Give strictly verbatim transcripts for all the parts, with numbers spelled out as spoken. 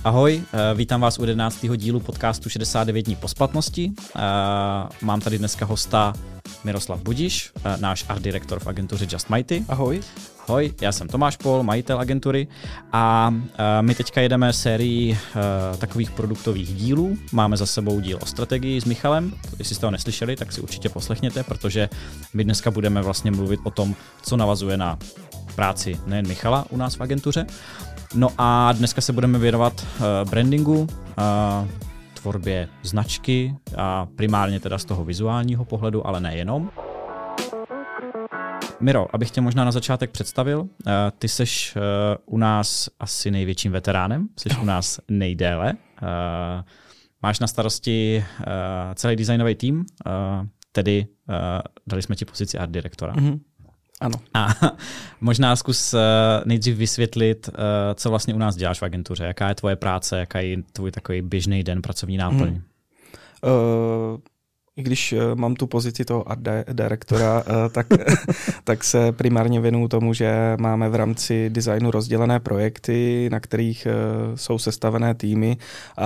Ahoj, vítám vás u jedenáctého dílu podcastu šedesát devět dní po splatnosti. Mám tady dneska hosta Miroslav Budiš, náš art direktor v agentuře Just Mighty. Ahoj. Ahoj, já jsem Tomáš Pol, majitel agentury a my teďka jedeme sérii takových produktových dílů. Máme za sebou díl o strategii s Michalem. Jestli jste ho neslyšeli, tak si určitě poslechněte, protože my dneska budeme vlastně mluvit o tom, co navazuje na práci nejen Michala u nás v agentuře. No a dneska se budeme věnovat uh, brandingu, uh, tvorbě značky a primárně teda z toho vizuálního pohledu, ale nejenom. Miro, abych tě možná na začátek představil, uh, ty seš uh, u nás asi největším veteránem, seš u nás nejdéle. Uh, máš na starosti uh, celý designový tým, uh, tedy uh, dali jsme ti pozici art direktora. Mm-hmm. Ano. A možná zkus uh, nejdřív vysvětlit, uh, co vlastně u nás děláš v agentuře, jaká je tvoje práce, jaká je tvůj takový běžný den, pracovní náplň. Mm. Uh, I když uh, mám tu pozici toho art direktora, uh, tak, tak se primárně věnuju tomu, že máme v rámci designu rozdělené projekty, na kterých uh, jsou sestavené týmy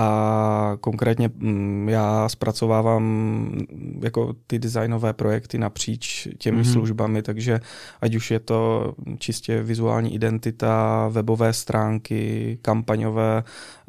a konkrétně um, já zpracovávám jako ty designové projekty napříč těmi mm-hmm. službami, takže ať už je to čistě vizuální identita, webové stránky, kampaňové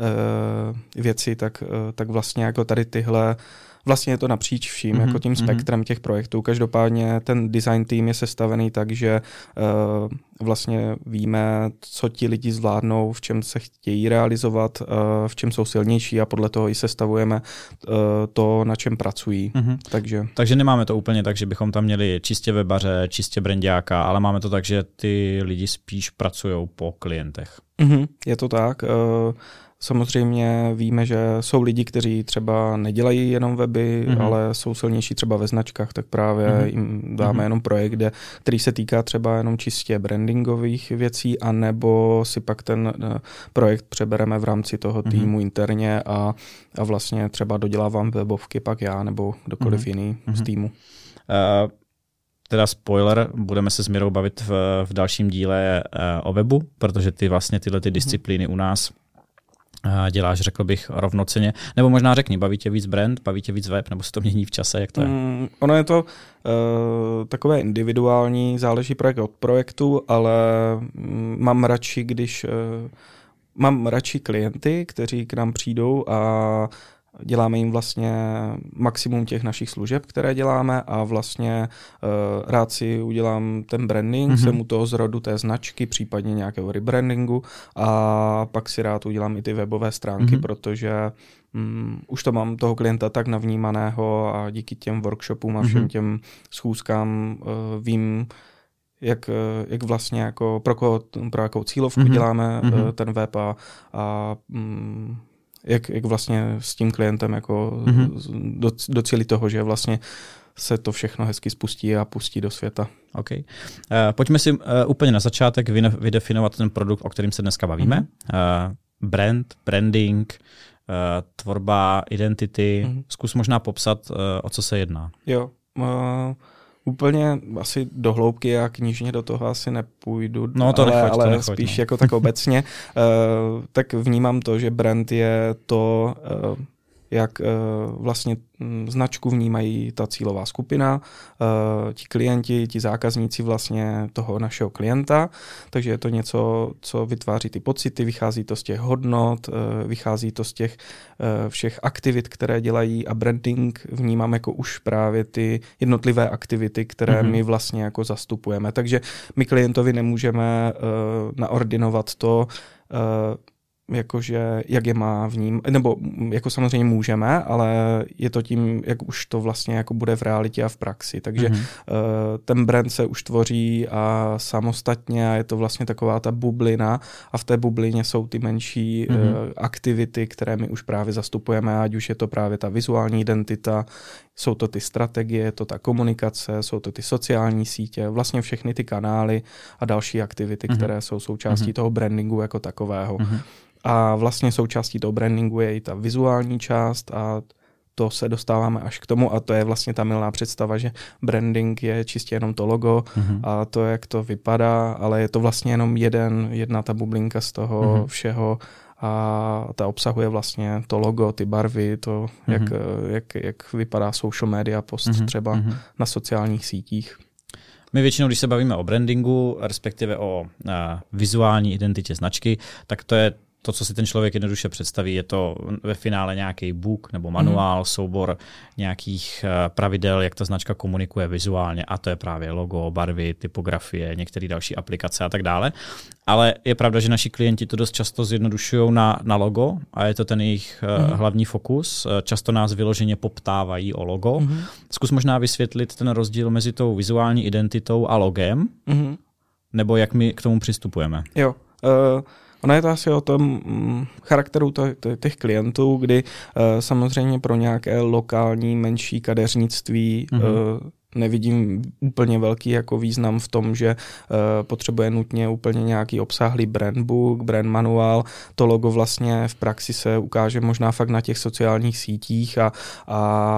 uh, věci, tak, uh, tak vlastně jako tady tyhle vlastně je to napříč vším, mm-hmm, jako tím spektrem mm-hmm. těch projektů. Každopádně ten design tým je sestavený tak, že uh, vlastně víme, co ti lidi zvládnou, v čem se chtějí realizovat, uh, v čem jsou silnější a podle toho i sestavujeme uh, to, na čem pracují. Mm-hmm. Takže. Takže nemáme to úplně tak, že bychom tam měli čistě webaře, čistě brandiáka, ale máme to tak, že ty lidi spíš pracují po klientech. Mm-hmm, je to tak. Uh, Samozřejmě víme, že jsou lidi, kteří třeba nedělají jenom weby, mm-hmm. ale jsou silnější třeba ve značkách, tak právě mm-hmm. jim dáme mm-hmm. jenom projekt, kde, který se týká třeba jenom čistě brandingových věcí, anebo si pak ten projekt přebereme v rámci toho týmu mm-hmm. interně a, a vlastně třeba dodělávám webovky pak já nebo kdokoliv mm-hmm. jiný mm-hmm. z týmu. Uh... Teda spoiler, budeme se s Mirou bavit v, v dalším díle uh, o webu, protože ty vlastně tyhle ty disciplíny u nás uh, děláš, řekl bych, rovnocenně. Nebo možná řekni, baví tě víc brand, baví tě víc web, nebo se to mění v čase, jak to je? Mm, ono je to uh, takové individuální, záleží projekt od projektu, ale mm, mám radši, když uh, mám radši klienty, kteří k nám přijdou a děláme jim vlastně maximum těch našich služeb, které děláme a vlastně uh, rád si udělám ten branding, mm-hmm. jsem u toho zrodu té značky, případně nějakého rebrandingu a pak si rád udělám i ty webové stránky, mm-hmm. protože um, už to mám toho klienta tak navnímaného a díky těm workshopům a všem mm-hmm. těm schůzkám uh, vím, jak, jak vlastně jako pro, koho, pro jakou cílovku mm-hmm. děláme mm-hmm. uh, ten web a, a um, Jak, jak vlastně s tím klientem jako mm-hmm. do, docílit toho, že vlastně se to všechno hezky spustí a pustí do světa. OK. Uh, pojďme si uh, úplně na začátek vydefinovat ten produkt, o kterém se dneska bavíme. Mm-hmm. Uh, brand, branding, uh, tvorba identity. Mm-hmm. Zkus možná popsat, uh, o co se jedná. Jo. Uh... Úplně asi do hloubky a knižně do toho asi nepůjdu, no, to ale, nechoď, ale to nechoď, spíš no. jako tak obecně. uh, tak vnímám to, že brand je to, uh, jak uh, vlastně značku vnímají ta cílová skupina, uh, ti klienti, ti zákazníci vlastně toho našeho klienta, takže je to něco, co vytváří ty pocity, vychází to z těch hodnot, uh, vychází to z těch uh, všech aktivit, které dělají a branding vnímám jako už právě ty jednotlivé aktivity, které mm-hmm. my vlastně jako zastupujeme. Takže my klientovi nemůžeme uh, naordinovat to, uh, jakože jak je má v ním, nebo jako samozřejmě můžeme, ale je to tím, jak už to vlastně jako bude v realitě a v praxi. Takže mm-hmm. uh, ten brand se už tvoří a samostatně a je to vlastně taková ta bublina a v té bublině jsou ty menší mm-hmm. uh, aktivity, které my už právě zastupujeme, ať už je to právě ta vizuální identita, jsou to ty strategie, je to ta komunikace, jsou to ty sociální sítě, vlastně všechny ty kanály a další aktivity, mm-hmm. které jsou součástí mm-hmm. toho brandingu jako takového. Mm-hmm. A vlastně součástí toho brandingu je i ta vizuální část a to se dostáváme až k tomu a to je vlastně ta mylná představa, že branding je čistě jenom to logo mm-hmm. a to, jak to vypadá, ale je to vlastně jenom jeden, jedna ta bublinka z toho mm-hmm. všeho a ta obsahuje vlastně to logo, ty barvy, to, mm-hmm. jak, jak, jak vypadá social media post mm-hmm. třeba mm-hmm. na sociálních sítích. My většinou, když se bavíme o brandingu, respektive o uh, vizuální identitě značky, tak to je to, co si ten člověk jednoduše představí, je to ve finále nějaký book nebo manuál, mm. soubor nějakých pravidel, jak ta značka komunikuje vizuálně, a to je právě logo, barvy, typografie, některé další aplikace a tak dále. Ale je pravda, že naši klienti to dost často zjednodušují na, na logo a je to ten jejich mm. hlavní fokus. Často nás vyloženě poptávají o logo. Mm. Zkus možná vysvětlit ten rozdíl mezi tou vizuální identitou a logem, mm. nebo jak my k tomu přistupujeme. Jo, uh... Ono je to asi o tom charakteru těch klientů, kdy uh, samozřejmě pro nějaké lokální menší kadeřnictví mm-hmm. uh, nevidím úplně velký jako význam v tom, že uh, potřebuje nutně úplně nějaký obsáhlý brand book, brand manuál. To logo vlastně v praxi se ukáže možná fakt na těch sociálních sítích a, a,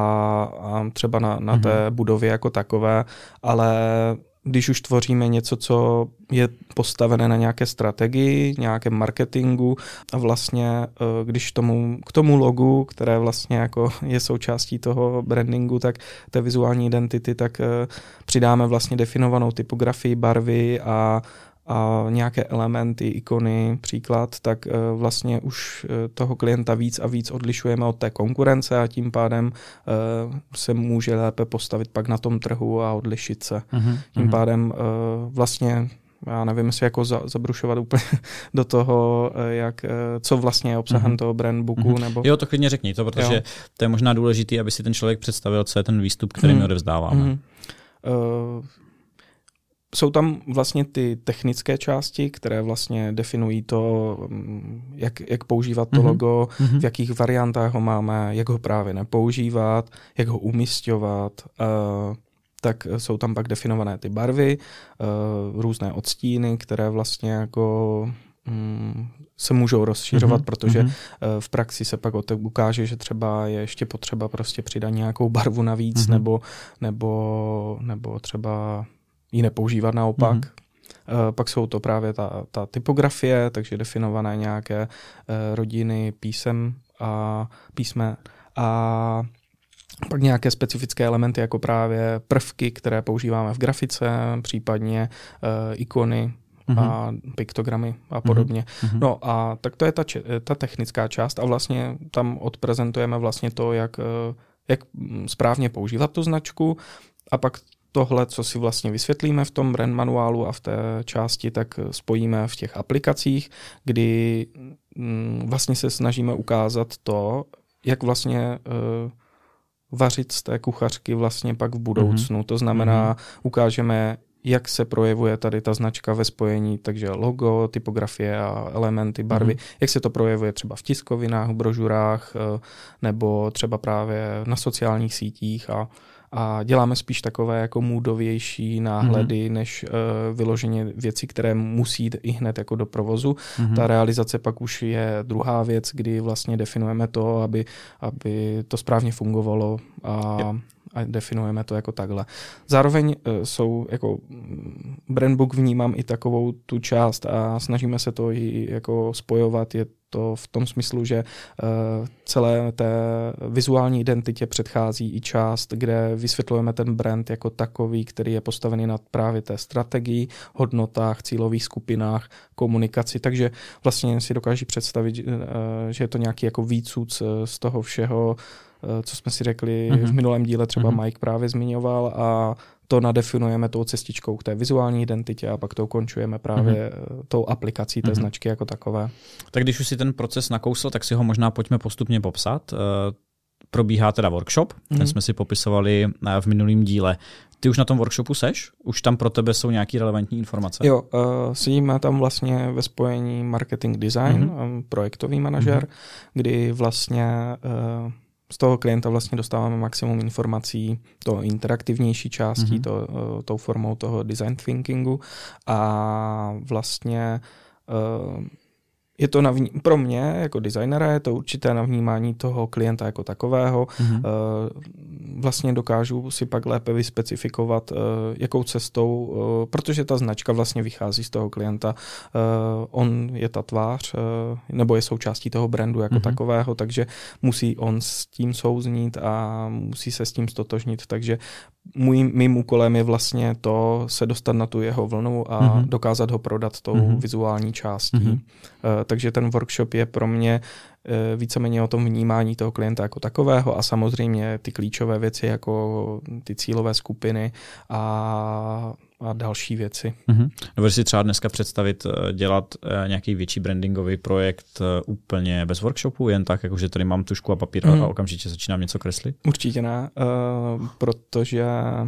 a třeba na, na mm-hmm. té budově jako takové, ale když už tvoříme něco, co je postavené na nějaké strategii, nějakém marketingu a vlastně když tomu, k tomu logu, které vlastně jako je součástí toho brandingu, tak té vizuální identity, tak přidáme vlastně definovanou typografii, barvy a a nějaké elementy, ikony, příklad, tak vlastně už toho klienta víc a víc odlišujeme od té konkurence a tím pádem se může lépe postavit pak na tom trhu a odlišit se. Uh-huh, tím uh-huh. pádem vlastně, já nevím, jestli jako za, zabrušovat úplně do toho, jak, co vlastně je obsahem uh-huh. toho brandbooku. Uh-huh. Nebo... Jo, to klidně řekni to, protože jo. to je možná důležité, aby si ten člověk představil, co je ten výstup, který uh-huh. my odevzdáváme. Uh-huh. Uh, Jsou tam vlastně ty technické části, které vlastně definují to, jak, jak používat to mm-hmm. logo, mm-hmm. v jakých variantách ho máme, jak ho právě nepoužívat, jak ho umisťovat. Uh, tak jsou tam pak definované ty barvy, uh, různé odstíny, které vlastně jako um, se můžou rozšiřovat, mm-hmm. protože uh, v praxi se pak ukáže, že třeba je ještě potřeba prostě přidat nějakou barvu navíc, mm-hmm. nebo, nebo, nebo třeba ji nepoužívat naopak. Mm-hmm. Uh, pak jsou to právě ta, ta typografie, takže definované nějaké uh, rodiny písem a písme a pak nějaké specifické elementy, jako právě prvky, které používáme v grafice, případně uh, ikony mm-hmm. a piktogramy a podobně. Mm-hmm. No a tak to je ta, ta technická část a vlastně tam odprezentujeme vlastně to, jak, jak správně používat tu značku a pak tohle, co si vlastně vysvětlíme v tom brand manuálu a v té části, tak spojíme v těch aplikacích, kdy vlastně se snažíme ukázat to, jak vlastně uh, vařit z té kuchařky vlastně pak v budoucnu. Mm-hmm. To znamená, ukážeme, jak se projevuje tady ta značka ve spojení, takže logo, typografie a elementy, barvy, mm-hmm. jak se to projevuje třeba v tiskovinách, v brožurách, uh, nebo třeba právě na sociálních sítích a A děláme spíš takové jako můdovější náhledy, mm-hmm. než uh, vyloženě věci, které musí jít i hned jako do provozu. Mm-hmm. Ta realizace pak už je druhá věc, kdy vlastně definujeme to, aby, aby to správně fungovalo a, a definujeme to jako takhle. Zároveň uh, jsou jako brandbook vnímám i takovou tu část a snažíme se to i jako spojovat. Je to v tom smyslu, že uh, celé té vizuální identitě předchází i část, kde vysvětlujeme ten brand jako takový, který je postavený na právě té strategii, hodnotách, cílových skupinách, komunikaci. Takže vlastně si dokáží představit, uh, že je to nějaký jako výcuc z toho všeho, uh, co jsme si řekli mm-hmm. v minulém díle, třeba mm-hmm. Mike právě zmiňoval a to nadefinujeme tou cestičkou k té vizuální identitě a pak to ukončujeme právě mm-hmm. tou aplikací té mm-hmm. značky jako takové. Tak když už si ten proces nakousl, tak si ho možná pojďme postupně popsat. Probíhá teda workshop, mm-hmm. ten jsme si popisovali v minulém díle. Ty už na tom workshopu seš? Už tam pro tebe jsou nějaké relevantní informace? Jo, uh, sedíme tam vlastně ve spojení marketing design, mm-hmm. projektový manažer, mm-hmm. kdy vlastně uh, z toho klienta vlastně dostáváme maximum informací, to interaktivnější částí, mm-hmm. to, uh, tou formou toho design thinkingu a vlastně uh, je to navní, pro mě jako designera je to určité navnímání toho klienta jako takového. Mm-hmm. Vlastně dokážu si pak lépe vyspecifikovat, jakou cestou, protože ta značka vlastně vychází z toho klienta. On je ta tvář, nebo je součástí toho brandu jako mm-hmm. takového, takže musí on s tím souznít a musí se s tím stotožnit, takže můj, mým úkolem je vlastně to se dostat na tu jeho vlnu a mm-hmm. dokázat ho prodat tou mm-hmm. vizuální částí. Mm-hmm. Uh, takže ten workshop je pro mě uh, víceméně o tom vnímání toho klienta jako takového a samozřejmě ty klíčové věci jako ty cílové skupiny a, a další věci. Mm-hmm. Dovedeš si třeba dneska představit dělat uh, nějaký větší brandingový projekt uh, úplně bez workshopu, jen tak, jakože tady mám tušku a papír mm. a okamžitě začínám něco kreslit? Určitě ne, uh, protože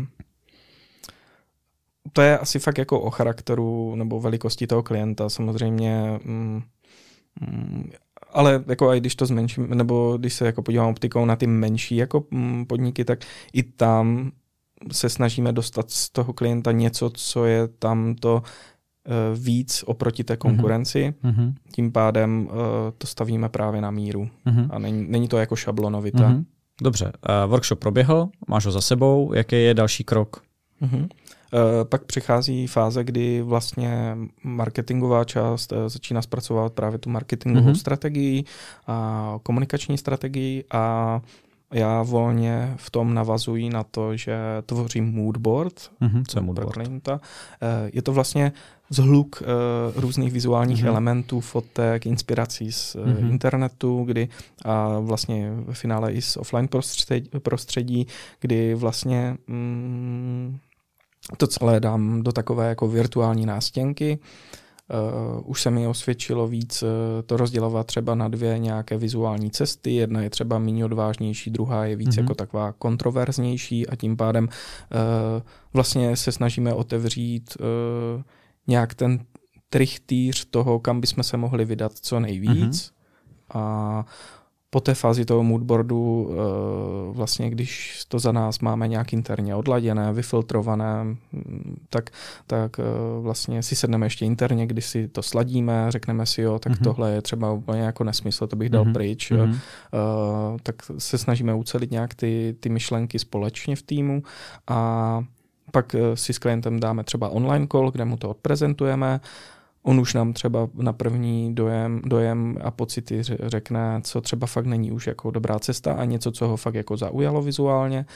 to je asi fakt jako o charakteru nebo velikosti toho klienta samozřejmě, mm, mm, ale jako i když to zmenším, nebo když se jako podívám optikou na ty menší jako mm, podniky, tak i tam se snažíme dostat z toho klienta něco, co je tam to uh, víc oproti té konkurenci. Mm-hmm. Tím pádem uh, to stavíme právě na míru mm-hmm. a není, není to jako šablonovité. Mm-hmm. Dobře, uh, workshop proběhl, máš ho za sebou, jaký je další krok? Mm-hmm. Pak přichází fáze, kdy vlastně marketingová část začíná zpracovat právě tu marketingovou mm-hmm. strategii a komunikační strategii a já volně v tom navazuji na to, že tvořím moodboard. Mm-hmm. Co je moodboard? Je to vlastně zhluk různých vizuálních mm-hmm. elementů, fotek, inspirací z mm-hmm. internetu, kdy a vlastně v finále i z offline prostředí, prostředí kdy vlastně mm, to celé dám do takové jako virtuální nástěnky. Uh, už se mi osvědčilo víc uh, to rozdělovat třeba na dvě nějaké vizuální cesty. Jedna je třeba méně odvážnější, druhá je víc mm-hmm. jako taková kontroverznější a tím pádem uh, vlastně se snažíme otevřít uh, nějak ten trichtýř toho, kam bychom se mohli vydat co nejvíc. Mm-hmm. A po té fázi toho moodboardu, vlastně když to za nás máme nějak interně odladěné, vyfiltrované, tak, tak vlastně si sedneme ještě interně, když si to sladíme, řekneme si, jo, tak mm-hmm. tohle je třeba úplně jako nesmysl, to bych dal mm-hmm. pryč. Mm-hmm. Tak se snažíme ucelit nějak ty, ty myšlenky společně v týmu a pak si s klientem dáme třeba online call, kde mu to odprezentujeme. On už nám třeba na první dojem, dojem a pocity řekne, co třeba fakt není už jako dobrá cesta a něco, co ho fakt jako zaujalo vizuálně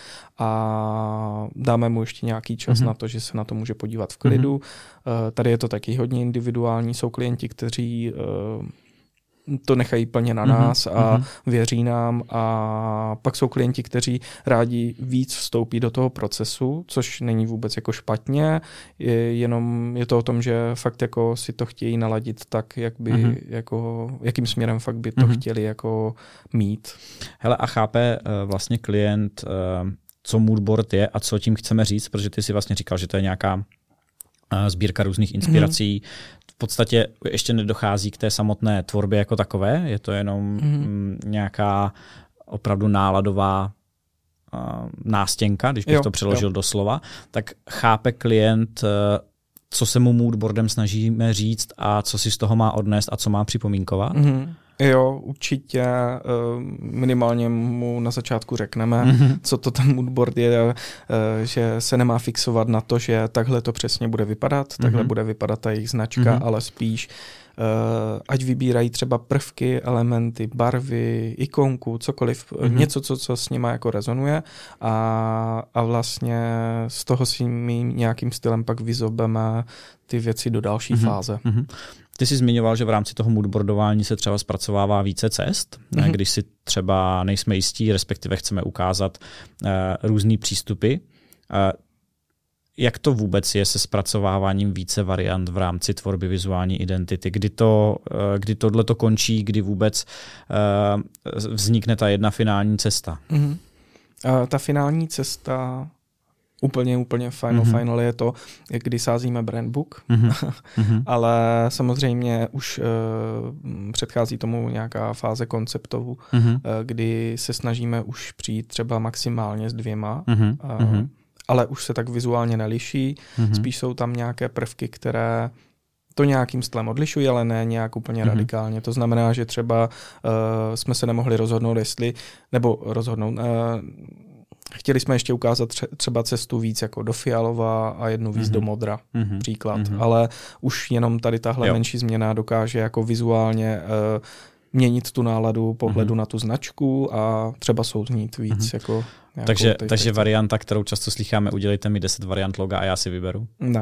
a dáme mu ještě nějaký čas mm-hmm. na to, že se na to může podívat v klidu. Mm-hmm. Tady je to taky hodně individuální, jsou klienti, kteří to nechají plně na nás mm-hmm. a věří nám a pak jsou klienti, kteří rádi víc vstoupí do toho procesu, což není vůbec jako špatně, je, jenom je to o tom, že fakt jako si to chtějí naladit tak, jak by, mm-hmm. jako, jakým směrem fakt by to mm-hmm. chtěli jako mít. Hele, a chápe uh, vlastně klient, uh, co moodboard je a co tím chceme říct, protože ty si vlastně říkal, že to je nějaká uh, sbírka různých inspirací. Mm-hmm. V podstatě ještě nedochází k té samotné tvorbě jako takové, je to jenom mm. nějaká opravdu náladová uh, nástěnka, když bych jo, to přeložil jo. do slova, tak chápe klient, uh, co se mu moodboardem snažíme říct a co si z toho má odnést a co má připomínkovat? Mm. Jo, určitě minimálně mu na začátku řekneme, mm-hmm. co to ten moodboard je, že se nemá fixovat na to, že takhle to přesně bude vypadat, mm-hmm. takhle bude vypadat ta jejich značka, mm-hmm. ale spíš ať vybírají třeba prvky, elementy, barvy, ikonku, cokoliv, mm-hmm. něco, co, co s nima jako rezonuje a, a vlastně z toho si my nějakým stylem pak vyzobeme ty věci do další mm-hmm. fáze. Mm-hmm. Ty jsi zmiňoval, že v rámci toho moodboardování se třeba zpracovává více cest, mm-hmm. když si třeba nejsme jistí, respektive chceme ukázat uh, různý přístupy. Uh, jak to vůbec je se zpracováváním více variant v rámci tvorby vizuální identity? Kdy, to, uh, kdy tohle to končí, kdy vůbec uh, vznikne ta jedna finální cesta? Mm-hmm. Uh, ta finální cesta... Úplně, úplně final, mm-hmm. final je to, kdy sázíme brandbook, mm-hmm. ale samozřejmě už uh, předchází tomu nějaká fáze konceptovou, mm-hmm. uh, kdy se snažíme už přijít třeba maximálně s dvěma, mm-hmm. Uh, ale už se tak vizuálně neliší, mm-hmm. spíš jsou tam nějaké prvky, které to nějakým stylem odlišují, ale ne nějak úplně mm-hmm. radikálně. To znamená, že třeba uh, jsme se nemohli rozhodnout, jestli, nebo rozhodnout, uh, chtěli jsme ještě ukázat třeba cestu víc jako do fialova a jednu víc mm-hmm. do modra, mm-hmm. příklad. Mm-hmm. Ale už jenom tady tahle jo. menší změna dokáže jako vizuálně uh, měnit tu náladu pohledu mm-hmm. na tu značku a třeba souznít víc. Mm-hmm. Jako takže takže varianta, kterou často slycháme, udělejte mi deset variant loga a já si vyberu? Ne, uh,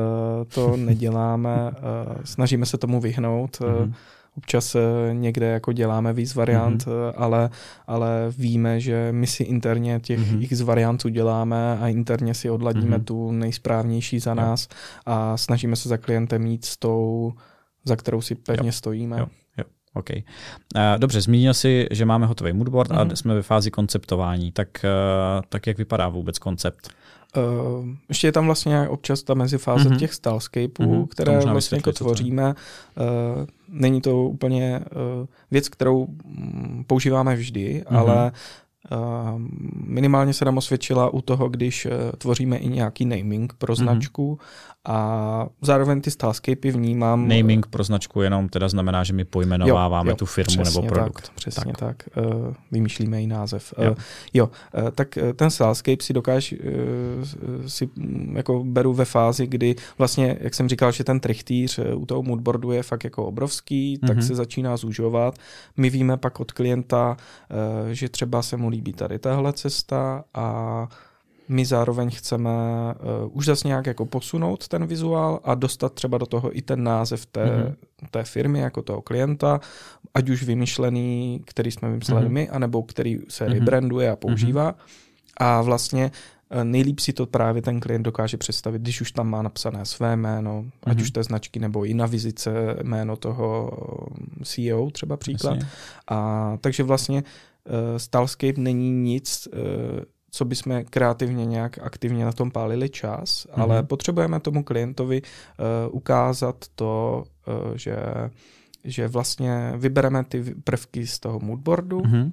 to neděláme. Uh, snažíme se tomu vyhnout. Mm-hmm. Uh, Občas někde jako děláme víc variant, mm-hmm. ale, ale víme, že my si interně těch mm-hmm. x variantů děláme a interně si odladíme mm-hmm. tu nejsprávnější za jo. nás a snažíme se za klientem jít s tou, za kterou si pevně jo. stojíme. Jo. Jo. Okay. Dobře, zmínil jsi, že máme hotový moodboard mm-hmm. a jsme ve fázi konceptování. Tak, tak jak vypadá vůbec koncept? Uh, ještě je tam vlastně občas ta mezifáze mm-hmm. těch stylescapeů, mm-hmm. které vlastně jako tvoříme. Uh, není to úplně uh, věc, kterou um, používáme vždy, mm-hmm. ale uh, minimálně se nám osvědčila u toho, když uh, tvoříme i nějaký naming pro značku mm-hmm. a zároveň ty stylescapy vnímám. Naming pro značku jenom teda znamená, že my pojmenováváme jo, jo, tu firmu nebo produkt. Tak, přesně tak. tak. Uh, vymýšlíme jí název. Jo, uh, jo uh, tak uh, ten stylescape si dokáže, uh, si um, jako beru ve fázi, kdy vlastně, jak jsem říkal, že ten trichtýř uh, u toho moodboardu je fakt jako obrovský, mm-hmm. tak se začíná zužovat. My víme pak od klienta, uh, že třeba se mu líbí tady tahle cesta a my zároveň chceme uh, už zase nějak jako posunout ten vizuál a dostat třeba do toho i ten název té, mm-hmm. té firmy jako toho klienta, ať už vymyšlený, který jsme vymysleli mm-hmm. my, anebo který se mm-hmm. rebranduje a používá. Mm-hmm. A vlastně uh, nejlíp si to právě ten klient dokáže představit, když už tam má napsané své jméno, mm-hmm. ať už té značky, nebo i na vizice jméno toho C E O třeba příklad. A takže vlastně uh, Stylescape není nic, uh, co bychom kreativně nějak aktivně na tom pálili čas, mm-hmm. ale potřebujeme tomu klientovi uh, ukázat to, uh, že, že vlastně vybereme ty prvky z toho moodboardu mm-hmm.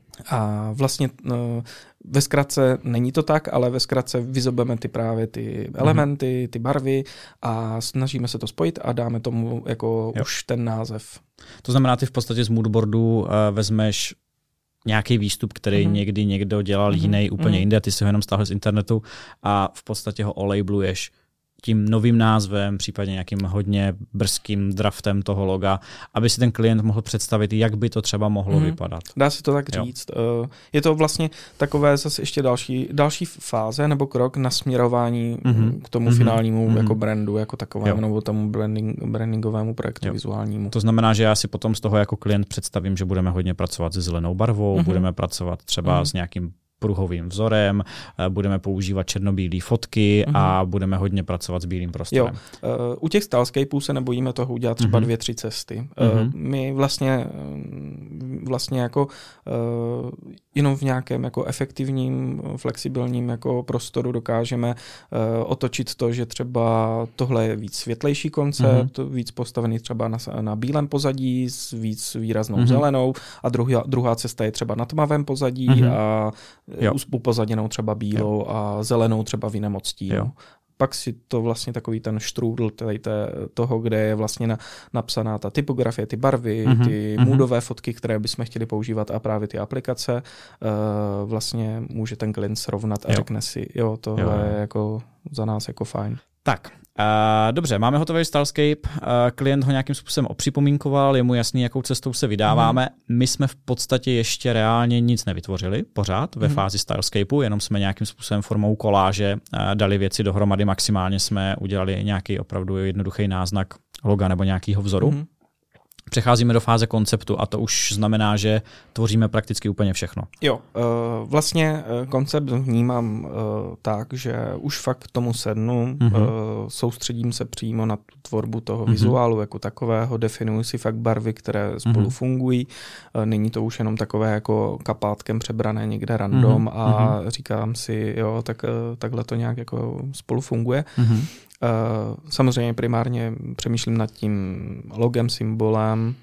a vlastně uh, ve zkratce není to tak, ale ve zkratce vyzobeme ty právě ty elementy, ty barvy a snažíme se to spojit a dáme tomu jako jo. už ten název. To znamená, ty v podstatě z moodboardu uh, vezmeš nějaký výstup, který mm-hmm. někdy někdo dělal mm-hmm. jiný úplně mm-hmm. jinde, ty si ho jenom stáhl z internetu a v podstatě ho olabeluješ tím novým názvem, případně nějakým hodně brzkým draftem toho loga, aby si ten klient mohl představit, jak by to třeba mohlo mm. vypadat. Dá se to tak říct. Jo. Je to vlastně takové zase ještě další, další fáze nebo krok na směrování mm-hmm. k tomu mm-hmm. finálnímu mm-hmm. jako brandu, jako takovému, nebo tomu branding, brandingovému projektu jo. vizuálnímu. To znamená, že já si potom z toho jako klient představím, že budeme hodně pracovat se zelenou barvou, mm-hmm. budeme pracovat třeba mm-hmm. s nějakým pruhovým vzorem, budeme používat černobílé fotky mm-hmm. a budeme hodně pracovat s bílým prostorem. Jo. Uh, u těch stylescapeů se nebojíme toho udělat třeba mm-hmm. dvě, tři cesty. Mm-hmm. Uh, my vlastně, vlastně jako uh, jenom v nějakém jako efektivním, flexibilním jako prostoru dokážeme uh, otočit to, že třeba tohle je víc světlejší koncept, mm-hmm. víc postavený třeba na, na bílém pozadí s víc výraznou mm-hmm. zelenou a druhá, druhá cesta je třeba na tmavém pozadí mm-hmm. a Jo. upozaděnou třeba bílou jo. a zelenou třeba v jiném odstínu. Pak si to vlastně takový ten štrůdl tady té, toho, kde je vlastně na, napsaná ta typografie, ty barvy, mm-hmm. ty mm-hmm. moodové fotky, které bychom chtěli používat a právě ty aplikace, uh, vlastně může ten klient srovnat a jo. řekne si, jo, tohle jo. je jako za nás jako fajn. Tak, uh, dobře, máme hotový Stylescape, uh, klient ho nějakým způsobem opřipomínkoval, je mu jasný, jakou cestou se vydáváme. Mm. My jsme v podstatě ještě reálně nic nevytvořili pořád ve mm. fázi Stylescapeu, jenom jsme nějakým způsobem formou koláže uh, dali věci dohromady, maximálně jsme udělali nějaký opravdu jednoduchý náznak loga nebo nějakého vzoru. Mm. Přecházíme do fáze konceptu a to už znamená, že tvoříme prakticky úplně všechno. Jo, vlastně koncept vnímám tak, že už fakt k tomu sednu, mm-hmm. soustředím se přímo na tu tvorbu toho mm-hmm. vizuálu jako takového, definuji si fakt barvy, které spolu mm-hmm. fungují, není to už jenom takové jako kapátkem přebrané někde random mm-hmm. a říkám si, jo, tak, takhle to nějak jako spolu funguje. Mm-hmm. Uh, samozřejmě primárně přemýšlím nad tím logem, symbolem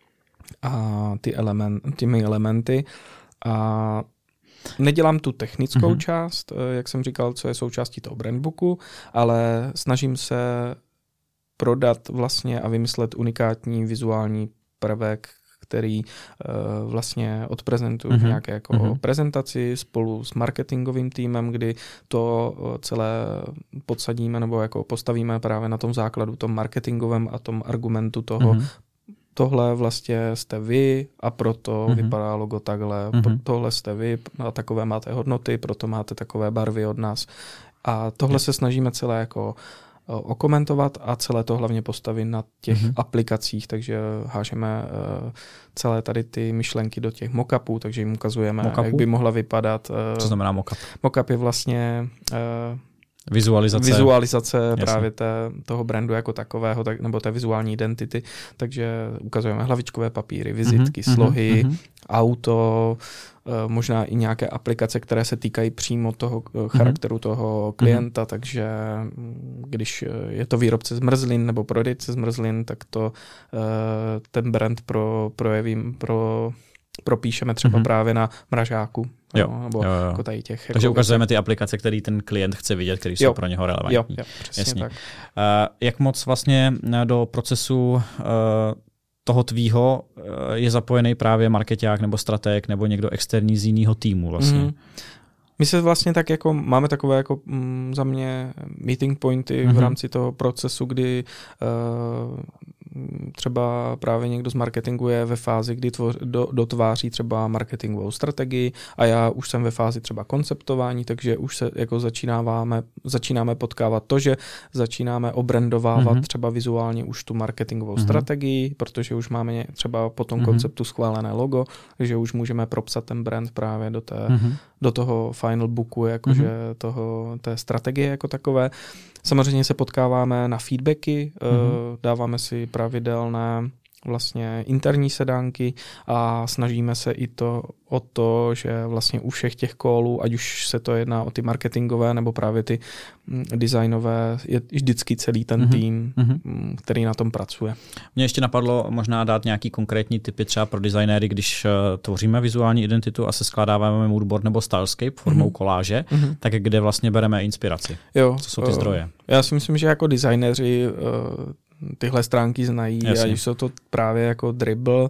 a ty element, těmi elementy a nedělám tu technickou mm-hmm. část, jak jsem říkal, co je součástí toho brandbooku, ale snažím se prodat vlastně a vymyslet unikátní vizuální prvek, který uh, vlastně odprezentuju mm-hmm. v nějaké jako mm-hmm. prezentaci spolu s marketingovým týmem, kdy to uh, celé podsadíme nebo jako postavíme právě na tom základu, tom marketingovém a tom argumentu toho, mm-hmm. tohle vlastně jste vy a proto mm-hmm. vypadá logo takhle, mm-hmm. tohle jste vy a takové máte hodnoty, proto máte takové barvy od nás. A tohle se snažíme celé jako okomentovat a celé to hlavně postavit na těch mm-hmm. aplikacích, takže hážeme uh, celé tady ty myšlenky do těch mockupů, takže jim ukazujeme, mock-upu? Jak by mohla vypadat. Uh, Co znamená mockup? Mockup je vlastně uh, vizualizace, vizualizace právě té, toho brandu jako takového, tak, nebo té vizuální identity, takže ukazujeme hlavičkové papíry, vizitky, mm-hmm. slohy, mm-hmm. auto, možná i nějaké aplikace, které se týkají přímo toho charakteru mm-hmm. toho klienta, mm-hmm. takže když je to výrobce zmrzlin nebo prodejce zmrzlin, tak to ten brand pro, projevím, pro, propíšeme třeba mm-hmm. právě na mražáku. Jo, no, nebo jo, jo. Jako tady těch, takže jako ukazujeme ty aplikace, které ten klient chce vidět, které jsou jo. pro něho relevantní. Jo, jo, přesně Jasně. tak. Uh, jak moc vlastně do procesu uh, toho tvýho uh, je zapojený právě markeťák nebo strateg nebo někdo externí z jiného týmu vlastně? Mm. My se vlastně tak jako, máme takové jako mm, za mě meeting pointy mm-hmm. v rámci toho procesu, kdy uh, třeba právě někdo z marketingu je ve fázi, kdy tvoř, do, dotváří třeba marketingovou strategii a já už jsem ve fázi třeba konceptování, takže už se jako začínáváme, začínáme potkávat to, že začínáme obrandovávat mm-hmm. třeba vizuálně už tu marketingovou mm-hmm. strategii, protože už máme třeba po tom mm-hmm. konceptu schválené logo, že už můžeme propsat ten brand právě do, té, mm-hmm. do toho final booku, jakože mm-hmm. toho, té strategie jako takové. Samozřejmě se potkáváme na feedbacky, mm-hmm. dáváme si pravidelné vlastně interní sedánky a snažíme se i to o to, že vlastně u všech těch callů, ať už se to jedná o ty marketingové nebo právě ty designové, je vždycky celý ten mm-hmm. tým, mm-hmm. který na tom pracuje. Mně ještě napadlo možná dát nějaký konkrétní tipy třeba pro designéry, když uh, tvoříme vizuální identitu a se skládáváme moodboard nebo stylescape formou mm-hmm. koláže, mm-hmm. tak kde vlastně bereme inspiraci? Jo, co jsou ty uh, zdroje? Já si myslím, že jako designéři uh, tyhle stránky znají, ať už jsou to právě jako Dribbble,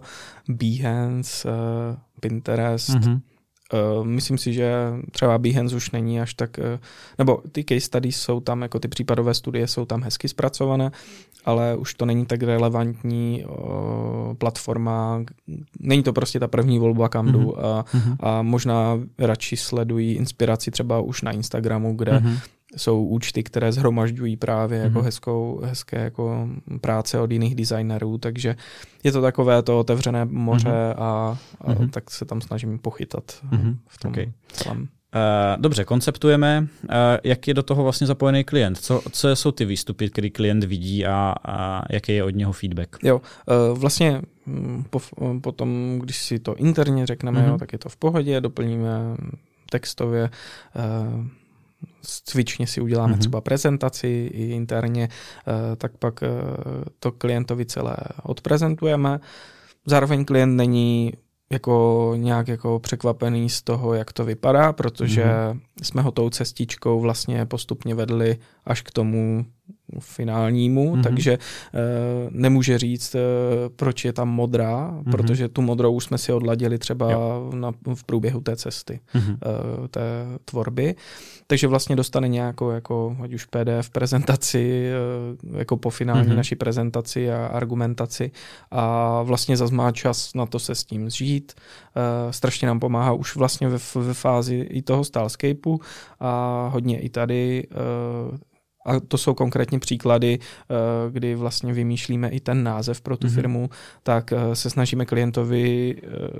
Behance, uh, Pinterest. Mm-hmm. Uh, myslím si, že třeba Behance už není až tak, uh, nebo ty case studies jsou tam, jako ty případové studie jsou tam hezky zpracované, ale už to není tak relevantní uh, platforma, není to prostě ta první volba, kam jdu mm-hmm. a, a možná radši sledují inspiraci třeba už na Instagramu, kde mm-hmm. jsou účty, které zhromažďují právě mm-hmm. jako hezkou, hezké jako práce od jiných designerů, takže je to takové to otevřené moře mm-hmm. a, a mm-hmm. tak se tam snažím pochytat mm-hmm. v tom okay. celém. Uh, dobře, konceptujeme. Uh, jak je do toho vlastně zapojený klient? Co, co jsou ty výstupy, který klient vidí a, a jaký je od něho feedback? Jo, uh, vlastně po, potom, když si to interně řekneme, mm-hmm. jo, tak je to v pohodě, doplníme textově, uh, cvičně si uděláme mm-hmm. třeba prezentaci i interně, tak pak to klientovi celé odprezentujeme. Zároveň klient není jako nějak jako překvapený z toho, jak to vypadá, protože mm-hmm. jsme ho tou cestičkou vlastně postupně vedli až k tomu finálnímu, mm-hmm. takže e, nemůže říct, e, proč je tam modrá, mm-hmm. protože tu modrou už jsme si odladili třeba na, v průběhu té cesty, mm-hmm. e, té tvorby. Takže vlastně dostane nějakou, jako, ať už P D F prezentaci, e, jako po finální mm-hmm. naší prezentaci a argumentaci a vlastně zas má čas na to se s tím zžít. E, strašně nám pomáhá už vlastně ve, ve fázi i toho stylescapeu a hodně i tady e, a to jsou konkrétně příklady, kdy vlastně vymýšlíme i ten název pro tu mm-hmm. firmu, tak se snažíme klientovi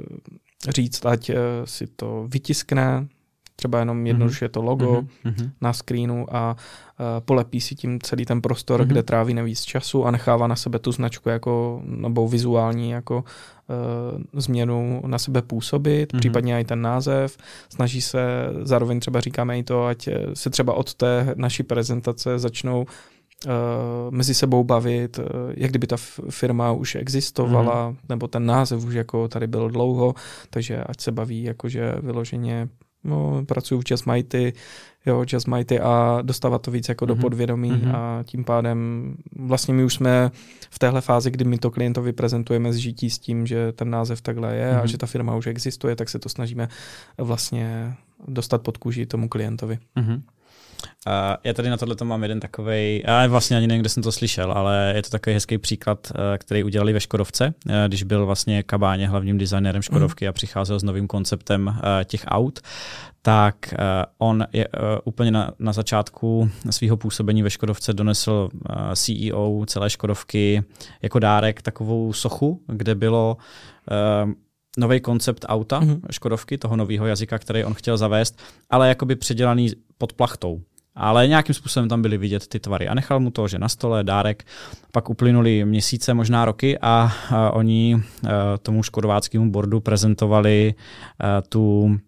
říct, ať si to vytiskne, třeba jenom jednoduše to logo mm-hmm. na screenu a polepí si tím celý ten prostor, mm-hmm. kde tráví nejvíc času a nechává na sebe tu značku jako, nebo vizuální jako uh, změnu na sebe působit, mm-hmm. případně i ten název. Snaží se, zároveň třeba říkáme i to, ať se třeba od té naší prezentace začnou uh, mezi sebou bavit, uh, jak kdyby ta firma už existovala, mm-hmm. nebo ten název už jako tady byl dlouho, takže ať se baví jakože vyloženě no, pracuju v Just Mighty, jo, Just Mighty a dostávat to víc jako mm-hmm. do podvědomí mm-hmm. a tím pádem vlastně my už jsme v téhle fázi, kdy my to klientovi prezentujeme zžití s tím, že ten název takhle je mm-hmm. a že ta firma už existuje, tak se to snažíme vlastně dostat pod kůži tomu klientovi. Mm-hmm. Uh, já tady na tohle mám jeden takovej, já vlastně ani nevím, kde jsem to slyšel, ale je to takový hezký příklad, uh, který udělali ve Škodovce, uh, když byl vlastně Kabáně hlavním designérem Škodovky mm. a přicházel s novým konceptem uh, těch aut, tak uh, on je uh, úplně na, na začátku svého působení ve Škodovce donesl uh, C E O celé Škodovky jako dárek takovou sochu, kde bylo uh, nový koncept auta, mm-hmm. Škodovky, toho nového jazyka, který on chtěl zavést, ale jakoby předělaný pod plachtou. Ale nějakým způsobem tam byly vidět ty tvary. A nechal mu to, že na stole, dárek, pak uplynuly měsíce, možná roky a, a oni a, tomu škodováckému boardu prezentovali a, tu,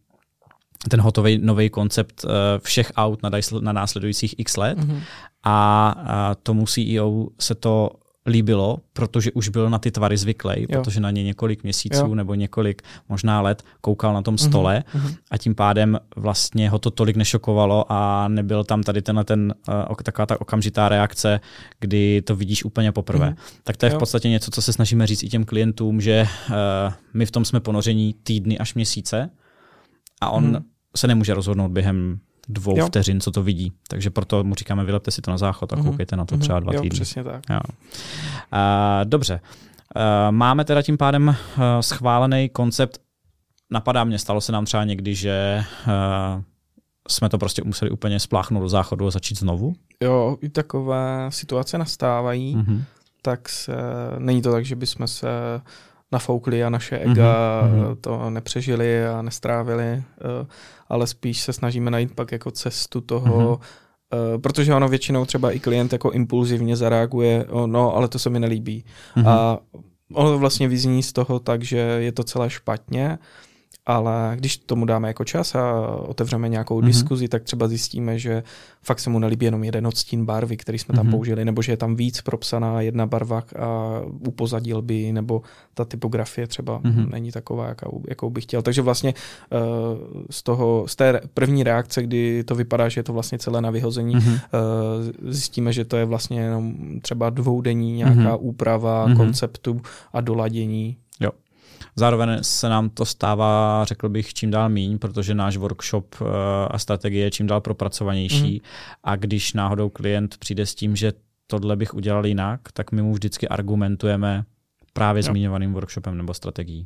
ten hotový nový koncept a, všech aut na, na následujících x let mm-hmm. a, a tomu C E O se to líbilo, protože už byl na ty tvary zvyklý, protože na ně několik měsíců jo. nebo několik možná let koukal na tom stole mm-hmm. a tím pádem vlastně ho to tolik nešokovalo a nebyl tam tady tenhle ten, uh, taková ta okamžitá reakce, kdy to vidíš úplně poprvé. Mm-hmm. Tak to je jo. v podstatě něco, co se snažíme říct i těm klientům, že uh, my v tom jsme ponoření týdny až měsíce a on mm-hmm. se nemůže rozhodnout během dvou jo. vteřin, co to vidí. Takže proto mu říkáme, vylepte si to na záchod a mm-hmm. koukejte na to mm-hmm. třeba dva jo, týdny. Přesně tak. Jo. Uh, dobře. Uh, máme teda tím pádem uh, schválený koncept. Napadá mě, stalo se nám třeba někdy, že uh, jsme to prostě museli úplně spláchnout do záchodu a začít znovu? Jo, i takové situace nastávají, mm-hmm. tak se, není to tak, že bychom se nafoukli a naše ega mm-hmm. to nepřežili a nestrávili, ale spíš se snažíme najít pak jako cestu toho, mm-hmm. protože ono většinou třeba i klient jako impulzivně zareaguje, no, ale to se mi nelíbí. Mm-hmm. A ono vlastně vyzní z toho tak, že je to celé špatně, ale když tomu dáme jako čas a otevřeme nějakou mm-hmm. diskuzi, tak třeba zjistíme, že fakt se mu nelíbí jenom jeden odstín barvy, který jsme mm-hmm. tam použili, nebo že je tam víc propsaná jedna barva a upozadil by, nebo ta typografie třeba mm-hmm. není taková, jakou, jakou bych chtěl. Takže vlastně uh, z toho, z té první reakce, kdy to vypadá, že je to vlastně celé na vyhození, mm-hmm. uh, zjistíme, že to je vlastně jenom třeba dvoudenní nějaká mm-hmm. úprava mm-hmm. konceptu a doladění. Jo. Zároveň se nám to stává, řekl bych, čím dál míň, protože náš workshop a strategie je čím dál propracovanější mm. a když náhodou klient přijde s tím, že tohle bych udělal jinak, tak my mu vždycky argumentujeme právě no. zmiňovaným workshopem nebo strategií.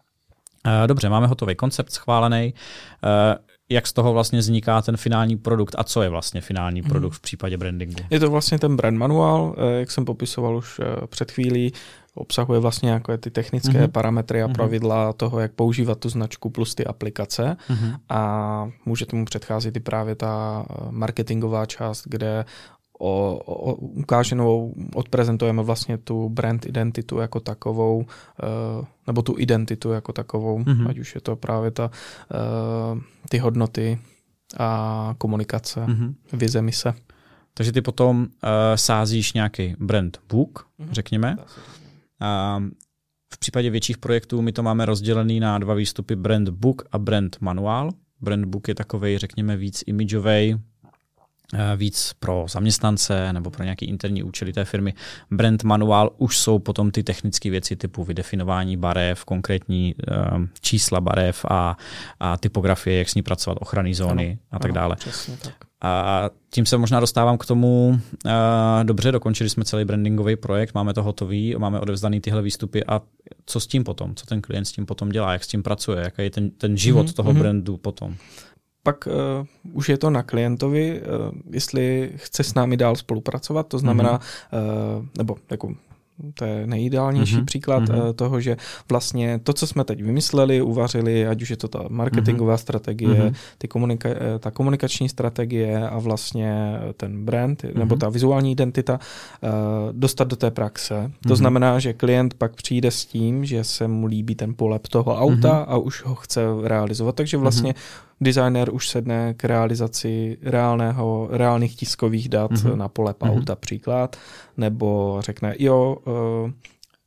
Dobře, máme hotový koncept schválený. Jak z toho vlastně vzniká ten finální produkt a co je vlastně finální produkt v případě brandingu? Je to vlastně ten brand manuál, jak jsem popisoval už před chvílí, obsahuje vlastně jako ty technické mm-hmm. parametry a pravidla mm-hmm. toho, jak používat tu značku plus ty aplikace mm-hmm. a může tomu předcházet i právě ta marketingová část, kde O, o, ukáženou odprezentujeme vlastně tu brand identitu jako takovou, uh, nebo tu identitu jako takovou, mm-hmm. ať už je to právě ta, uh, ty hodnoty a komunikace, mm-hmm. vize, mise. Takže ty potom uh, sázíš nějaký brand book, mm-hmm. řekněme. Uh, v případě větších projektů my to máme rozdělený na dva výstupy, brand book a brand manuál. Brand book je takovej, řekněme, víc imageovej, víc pro zaměstnance nebo pro nějaké interní účely té firmy. Brand manuál už jsou potom ty technické věci typu vydefinování barev, konkrétní um, čísla barev a, a typografie, jak s ní pracovat, ochranné zóny ano, a tak ano, dále. Přesně tak. A tím se možná dostávám k tomu, uh, dobře, dokončili jsme celý brandingový projekt, máme to hotový, máme odevzdaný tyhle výstupy a co s tím potom? Co ten klient s tím potom dělá? Jak s tím pracuje? Jaký je ten, ten život mm-hmm. toho brandu potom? Pak uh, už je to na klientovi, uh, jestli chce s námi dál spolupracovat, to znamená, mm-hmm. uh, nebo jako to je nejideálnější mm-hmm. příklad mm-hmm. uh, toho, že vlastně to, co jsme teď vymysleli, uvařili, ať už je to ta marketingová mm-hmm. strategie, mm-hmm. ty komunika- ta komunikační strategie a vlastně ten brand, mm-hmm. nebo ta vizuální identita, uh, dostat do té praxe. Mm-hmm. To znamená, že klient pak přijde s tím, že se mu líbí ten polep toho auta mm-hmm. a už ho chce realizovat, takže vlastně mm-hmm. designer už sedne k realizaci reálného, reálných tiskových dat mm-hmm. na polep mm-hmm. auta příklad, nebo řekne, jo, uh,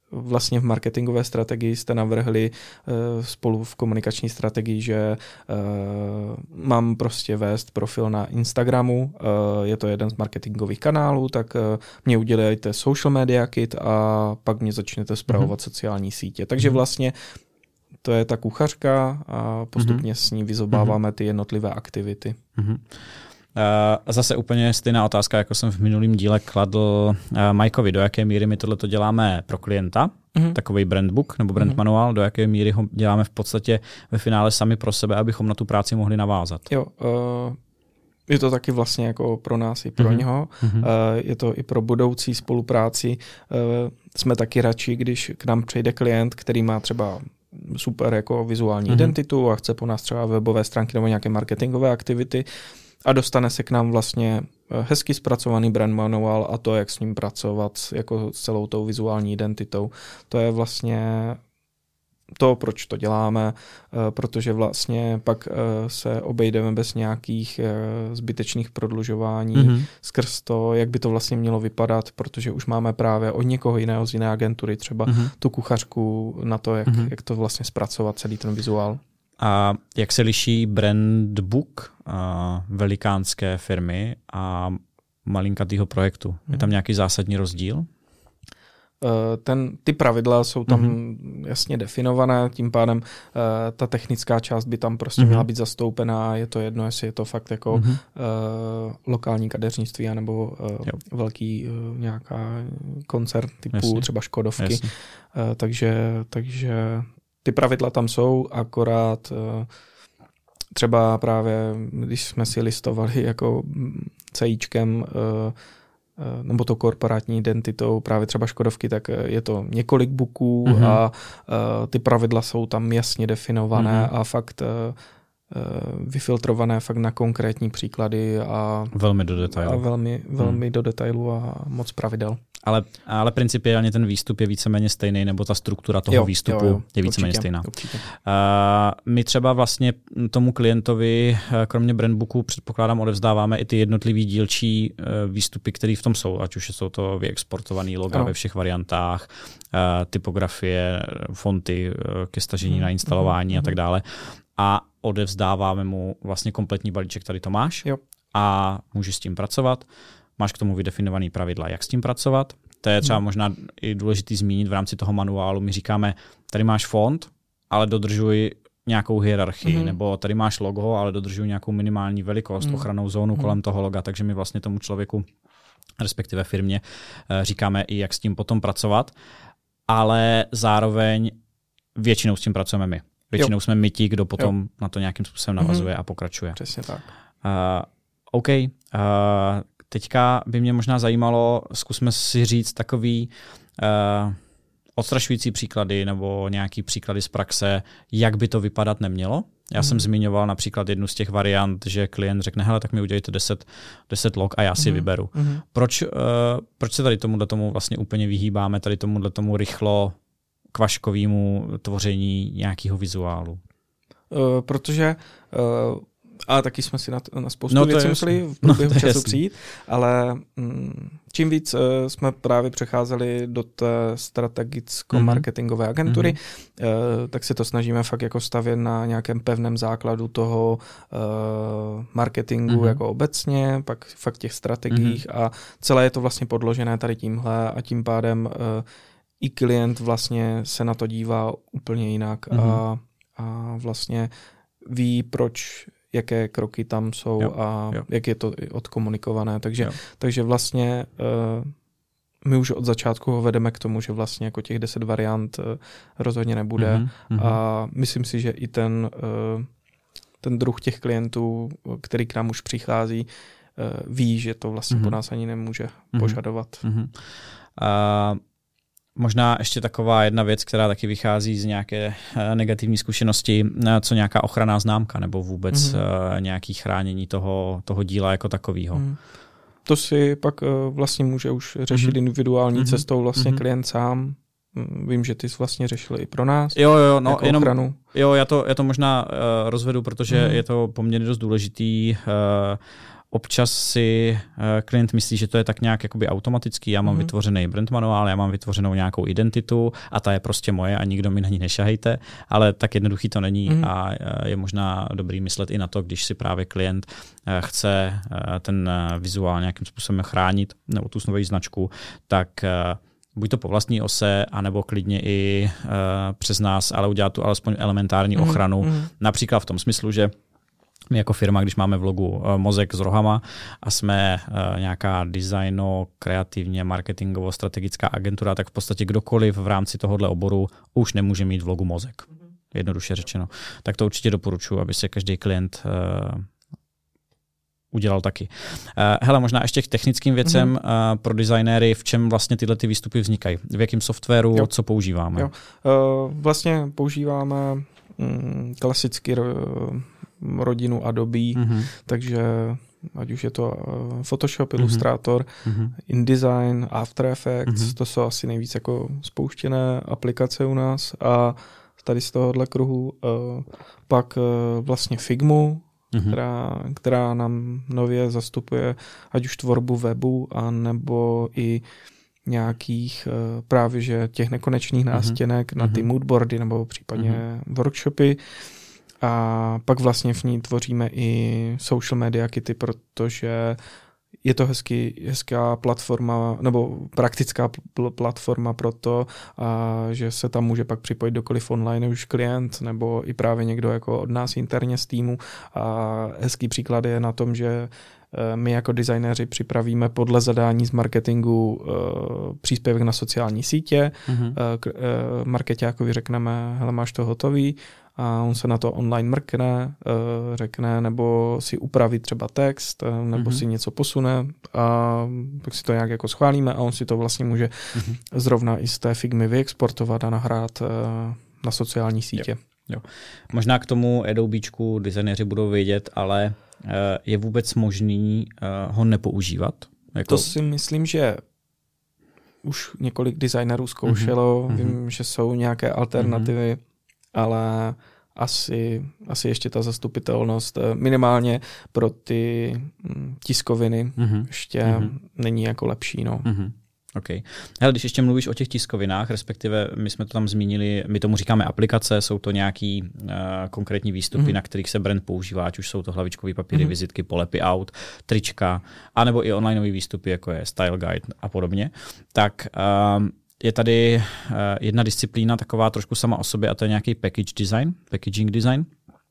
vlastně v marketingové strategii jste navrhli uh, spolu v komunikační strategii, že uh, mám prostě vést profil na Instagramu, uh, je to jeden z marketingových kanálů, tak uh, mě udělejte social media kit a pak mě začnete spravovat mm-hmm. sociální sítě. Takže vlastně to je ta kuchařka a postupně mm-hmm. s ní vyzobáváme ty jednotlivé aktivity. Mm-hmm. Uh, zase úplně stejná otázka, jako jsem v minulém díle kladl uh, Majkovi, do jaké míry my tohleto děláme pro klienta, mm-hmm. takový brand book nebo brand mm-hmm. manuál, do jaké míry ho děláme v podstatě ve finále sami pro sebe, abychom na tu práci mohli navázat. Jo, uh, je to taky vlastně jako pro nás i pro mm-hmm. něho, mm-hmm. Uh, je to i pro budoucí spolupráci. Uh, jsme taky radši, když k nám přijde klient, který má třeba super jako vizuální mm-hmm. identitu a chce po nás třeba webové stránky nebo nějaké marketingové aktivity, a dostane se k nám vlastně hezky zpracovaný brand manuál a to, jak s ním pracovat jako s celou tou vizuální identitou. To je vlastně to, proč to děláme, protože vlastně pak se obejdeme bez nějakých zbytečných prodlužování mm-hmm. skrz to, jak by to vlastně mělo vypadat, protože už máme právě od někoho jiného z jiné agentury třeba mm-hmm. tu kuchařku na to, jak, mm-hmm. jak to vlastně zpracovat celý ten vizuál. A jak se liší brand book a velikánské firmy a malinkatýho projektu? Je tam nějaký zásadní rozdíl? Ten, ty pravidla jsou tam mm-hmm. jasně definované, tím pádem uh, ta technická část by tam prostě mm-hmm. měla být zastoupená, je to jedno, jestli je to fakt jako mm-hmm. uh, lokální kadeřnictví anebo uh, velký uh, nějaká koncert typu jasně. třeba Škodovky. Uh, takže, takže ty pravidla tam jsou, akorát uh, třeba právě, když jsme si listovali jako CIčkem uh, nebo to korporátní identitou, právě třeba Škodovky, tak je to několik booků mm-hmm. a uh, ty pravidla jsou tam jasně definované mm-hmm. a fakt uh, vyfiltrované fakt na konkrétní příklady a velmi do detailu. A velmi, velmi hmm. do detailu a moc pravidel. Ale, ale principiálně ten výstup je víceméně stejný, nebo ta struktura toho jo, výstupu jo, jo. je víceméně určitě, stejná. Určitě. Uh, my třeba vlastně tomu klientovi, kromě brandbooku, předpokládám, odevzdáváme i ty jednotlivý dílčí uh, výstupy, které v tom jsou, ať už jsou to vyexportované loga ano. ve všech variantách, uh, typografie, fonty uh, ke stažení, hmm. nainstalování hmm. a tak dále. A odevzdáváme mu vlastně kompletní balíček, tady to máš jo. a můžeš s tím pracovat. Máš k tomu vydefinovaný pravidla, jak s tím pracovat. To je třeba hmm. možná i důležitý zmínit v rámci toho manuálu. My říkáme, tady máš font, ale dodržuj nějakou hierarchii, hmm. nebo tady máš logo, ale dodržuj nějakou minimální velikost, hmm. ochrannou zónu hmm. kolem toho loga, takže my vlastně tomu člověku, respektive firmě, říkáme i, jak s tím potom pracovat, ale zároveň většinou s tím pracujeme my. Většinou jo. jsme my ti, kdo potom jo. na to nějakým způsobem navazuje mm-hmm. a pokračuje. Přesně tak. Uh, OK. Uh, teďka by mě možná zajímalo, zkusme si říct takový uh, odstrašující příklady nebo nějaký příklady z praxe, jak by to vypadat nemělo. Já mm-hmm. jsem zmiňoval například jednu z těch variant, že klient řekne, hele, tak mi udělejte deset, deset log a já si mm-hmm. vyberu. Mm-hmm. Proč, uh, proč se tady tomuhle tomu vlastně úplně vyhýbáme, tady tomuhle tomu rychlo kvaškovému tvoření nějakého vizuálu? Uh, protože uh, a taky jsme si na, na spoustu no věcí museli v průběhu no času jasný. přijít, ale mm, čím víc uh, jsme právě přecházeli do té strategicko-marketingové agentury, mm-hmm. uh, tak se to snažíme fakt jako stavět na nějakém pevném základu toho uh, marketingu mm-hmm. jako obecně, pak fakt těch strategiích mm-hmm. a celé je to vlastně podložené tady tímhle a tím pádem uh, i klient vlastně se na to dívá úplně jinak mm-hmm. a, a vlastně ví, proč, jaké kroky tam jsou jo, a jo. jak je to odkomunikované. Takže, takže vlastně uh, my už od začátku ho vedeme k tomu, že vlastně jako těch deset variant uh, rozhodně nebude mm-hmm. a myslím si, že i ten, uh, ten druh těch klientů, který k nám už přichází, uh, ví, že to vlastně mm-hmm. po nás ani nemůže mm-hmm. požadovat. Mm-hmm. Uh... Možná ještě taková jedna věc, která taky vychází z nějaké negativní zkušenosti, co nějaká ochranná známka nebo vůbec mm-hmm. nějaký chránění toho, toho díla jako takového. Mm. To si pak vlastně může už řešit mm-hmm. individuální mm-hmm. cestou vlastně mm-hmm. klient sám. Vím, že ty jsi vlastně řešil i pro nás. Jo, jo, no jako jenom, ochranu. Jo, já to, já to možná uh, rozvedu, protože mm-hmm. je to poměrně dost důležitý. Uh, občas si uh, klient myslí, že to je tak nějak jakoby automatický, já mám mm-hmm. vytvořený brand manuál, já mám vytvořenou nějakou identitu a ta je prostě moje a nikdo mi na ní nešahejte, ale tak jednoduchý to není mm-hmm. a uh, je možná dobrý myslet i na to, když si právě klient uh, chce uh, ten uh, vizuál nějakým způsobem chránit nebo tu svoji značku, tak uh, buď to po vlastní ose, anebo klidně i uh, přes nás, ale udělat tu alespoň elementární mm, ochranu. Mm. Například v tom smyslu, že my jako firma, když máme v logu uh, mozek s rohama a jsme uh, nějaká designo, kreativně, marketingovo, strategická agentura, tak v podstatě kdokoliv v rámci tohohle oboru už nemůže mít v logu mozek. Jednoduše řečeno. Tak to určitě doporučuji, aby se každý klient uh, udělal taky. Uh, hele, možná ještě k technickým věcem mm-hmm. uh, pro designéry, v čem vlastně tyhle ty výstupy vznikají? V jakém softwaru, jo. co používáme? Jo. Uh, vlastně používáme mm, klasicky ro, rodinu Adobe, mm-hmm. takže ať už je to uh, Photoshop, Illustrator, mm-hmm. InDesign, After Effects, mm-hmm. to jsou asi nejvíc jako spouštěné aplikace u nás a tady z tohohle kruhu uh, pak uh, vlastně Figmu, Mm-hmm. Která, která nám nově zastupuje ať už tvorbu webu, a nebo i nějakých uh, právě že těch nekonečných nástěnek mm-hmm. na ty moodboardy nebo případně mm-hmm. workshopy. A pak vlastně v ní tvoříme i social media kity, protože je to hezky, hezká platforma, nebo praktická pl- platforma pro to, a že se tam může pak připojit dokoliv online už klient, nebo i právě někdo jako od nás interně z týmu. A hezký příklad je na tom, že my jako designéři připravíme podle zadání z marketingu uh, příspěvek na sociální sítě. Mm-hmm. K, uh, markeťákovi řekneme, hele, máš to hotový, a on se na to online mrkne, uh, řekne, nebo si upraví třeba text, uh, nebo mm-hmm. si něco posune a pak si to nějak jako schválíme a on si to vlastně může mm-hmm. zrovna i z té Figmy vyexportovat a nahrát uh, na sociální sítě. Jo. Jo. Možná k tomu Adobečku designéři budou vědět, ale uh, je vůbec možný uh, ho nepoužívat? Jako... To si myslím, že už několik designerů zkoušelo, mm-hmm. vím, že jsou nějaké alternativy, mm-hmm. ale asi, asi ještě ta zastupitelnost minimálně pro ty tiskoviny mm-hmm. ještě mm-hmm. není jako lepší. No. Mm-hmm. Okay. Hele, když ještě mluvíš o těch tiskovinách, respektive my jsme to tam zmínili, my tomu říkáme aplikace, jsou to nějaký uh, konkrétní výstupy, mm-hmm. na kterých se brand používá, ať už jsou to hlavičkový papíry, mm-hmm. vizitky, polepy aut, trička, anebo i onlineové výstupy, jako je Style Guide a podobně. Tak uh, je tady uh, jedna disciplína taková trošku sama o sobě a to je nějaký package design, packaging design,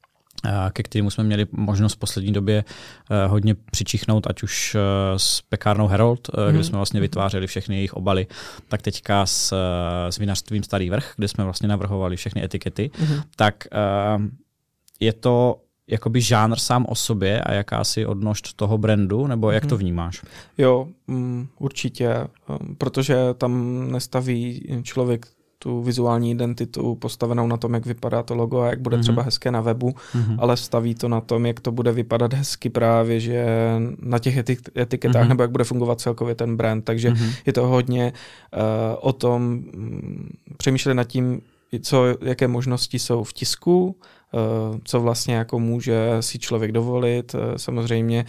ke kterému jsme měli možnost v poslední době uh, hodně přičichnout, ať už uh, s pekárnou Herold, uh, mm. kde jsme vlastně vytvářeli všechny jejich obaly, tak teďka s, uh, s vinařstvím Starý Vrch, kde jsme vlastně navrhovali všechny etikety, mm. tak uh, je to jakoby žánr sám o sobě a jakási odnož toho brandu, nebo jak to vnímáš? Jo, um, určitě, um, protože tam nestaví člověk tu vizuální identitu postavenou na tom, jak vypadá to logo a jak bude mm-hmm. třeba hezké na webu, mm-hmm. ale staví to na tom, jak to bude vypadat hezky právě, že na těch etik- etiketách, mm-hmm. nebo jak bude fungovat celkově ten brand. Takže mm-hmm. je to hodně uh, o tom um, přemýšlet nad tím, co, jaké možnosti jsou v tisku, co vlastně jako může si člověk dovolit. Samozřejmě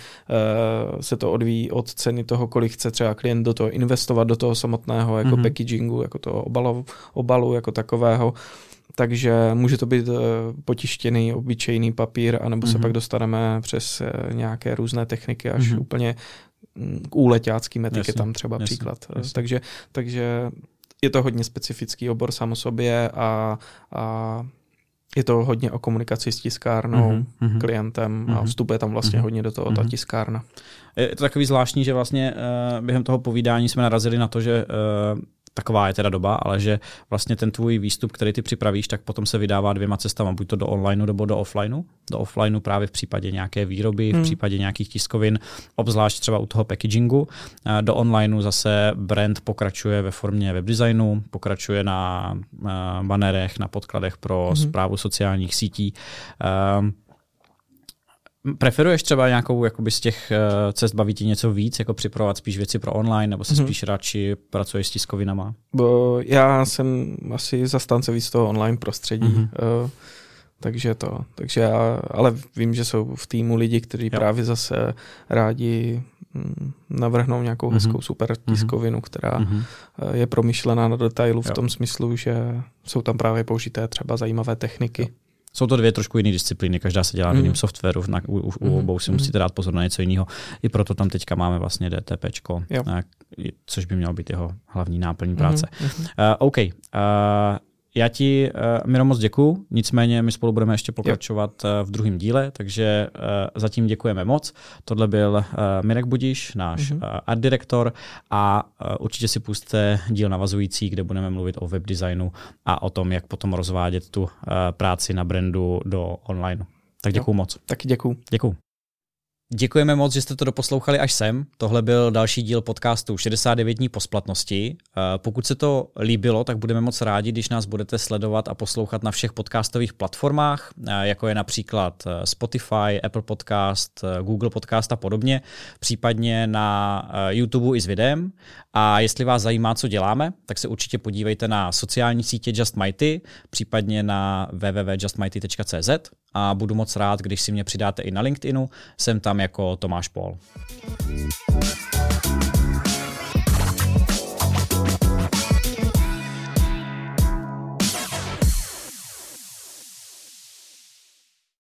se to odvíjí od ceny toho, kolik chce třeba klient do toho investovat, do toho samotného jako mm-hmm. packagingu, jako toho obalu, obalu jako takového. Takže může to být potištěný, obyčejný papír, anebo mm-hmm. se pak dostaneme přes nějaké různé techniky až mm-hmm. úplně k úleťáckým etiketám třeba jasně, příklad. Jasně. Takže, takže je to hodně specifický obor sám o sobě a, a je to hodně o komunikaci s tiskárnou, mm-hmm. klientem mm-hmm. a vstupuje tam vlastně mm-hmm. hodně do toho mm-hmm. ta tiskárna. Je to takový zvláštní, že vlastně uh, během toho povídání jsme narazili na to, že uh, taková je teda doba, ale že vlastně ten tvůj výstup, který ty připravíš, tak potom se vydává dvěma cestama, buď to do onlineu nebo do offlineu. Do offlineu právě v případě nějaké výroby, hmm. v případě nějakých tiskovin, obzvlášť třeba u toho packagingu. Do onlineu zase brand pokračuje ve formě webdesignu, pokračuje na banerech, na podkladech pro hmm. správu sociálních sítí. Preferuješ třeba nějakou jakoby z těch uh, cest, baví ti něco víc, jako připravovat spíš věci pro online, nebo se mm-hmm. spíš radši pracuješ s tiskovinama? Bo já jsem asi zastánce víc toho online prostředí. Mm-hmm. Uh, takže to, takže já, ale vím, že jsou v týmu lidi, kteří jo. právě zase rádi navrhnou nějakou hezkou mm-hmm. super tiskovinu, která mm-hmm. je promyšlená na detailu v jo. tom smyslu, že jsou tam právě použité třeba zajímavé techniky. Jo. Jsou to dvě trošku jiné disciplíny, každá se dělá v jiném mm. softwaru, na, u, u, u obou si musíte dát pozor na něco jiného. I proto tam teďka máme vlastně DTPčko, což by mělo být jeho hlavní náplní práce. Mm. Uh, OK. Uh, Já ti, uh, Miro, moc děkuju, nicméně my spolu budeme ještě pokračovat uh, v druhém díle, takže uh, zatím děkujeme moc. Tohle byl uh, Mirek Budiš, náš mm-hmm. uh, art direktor a uh, určitě si pusťte díl navazující, kde budeme mluvit o webdesignu a o tom, jak potom rozvádět tu uh, práci na brandu do online. Tak děkuju jo. moc. Taky děkuju. Děkuju. Děkujeme moc, že jste to doposlouchali až sem. Tohle byl další díl podcastu šedesát devět dní po splatnosti. Pokud se to líbilo, tak budeme moc rádi, když nás budete sledovat a poslouchat na všech podcastových platformách, jako je například Spotify, Apple Podcast, Google Podcast a podobně, případně na YouTube i s videem. A jestli vás zajímá, co děláme, tak se určitě podívejte na sociální sítě Just Mighty, případně na w w w tečka just mighty tečka c z a budu moc rád, když si mě přidáte i na LinkedInu, jsem tam jako Tomáš Pól.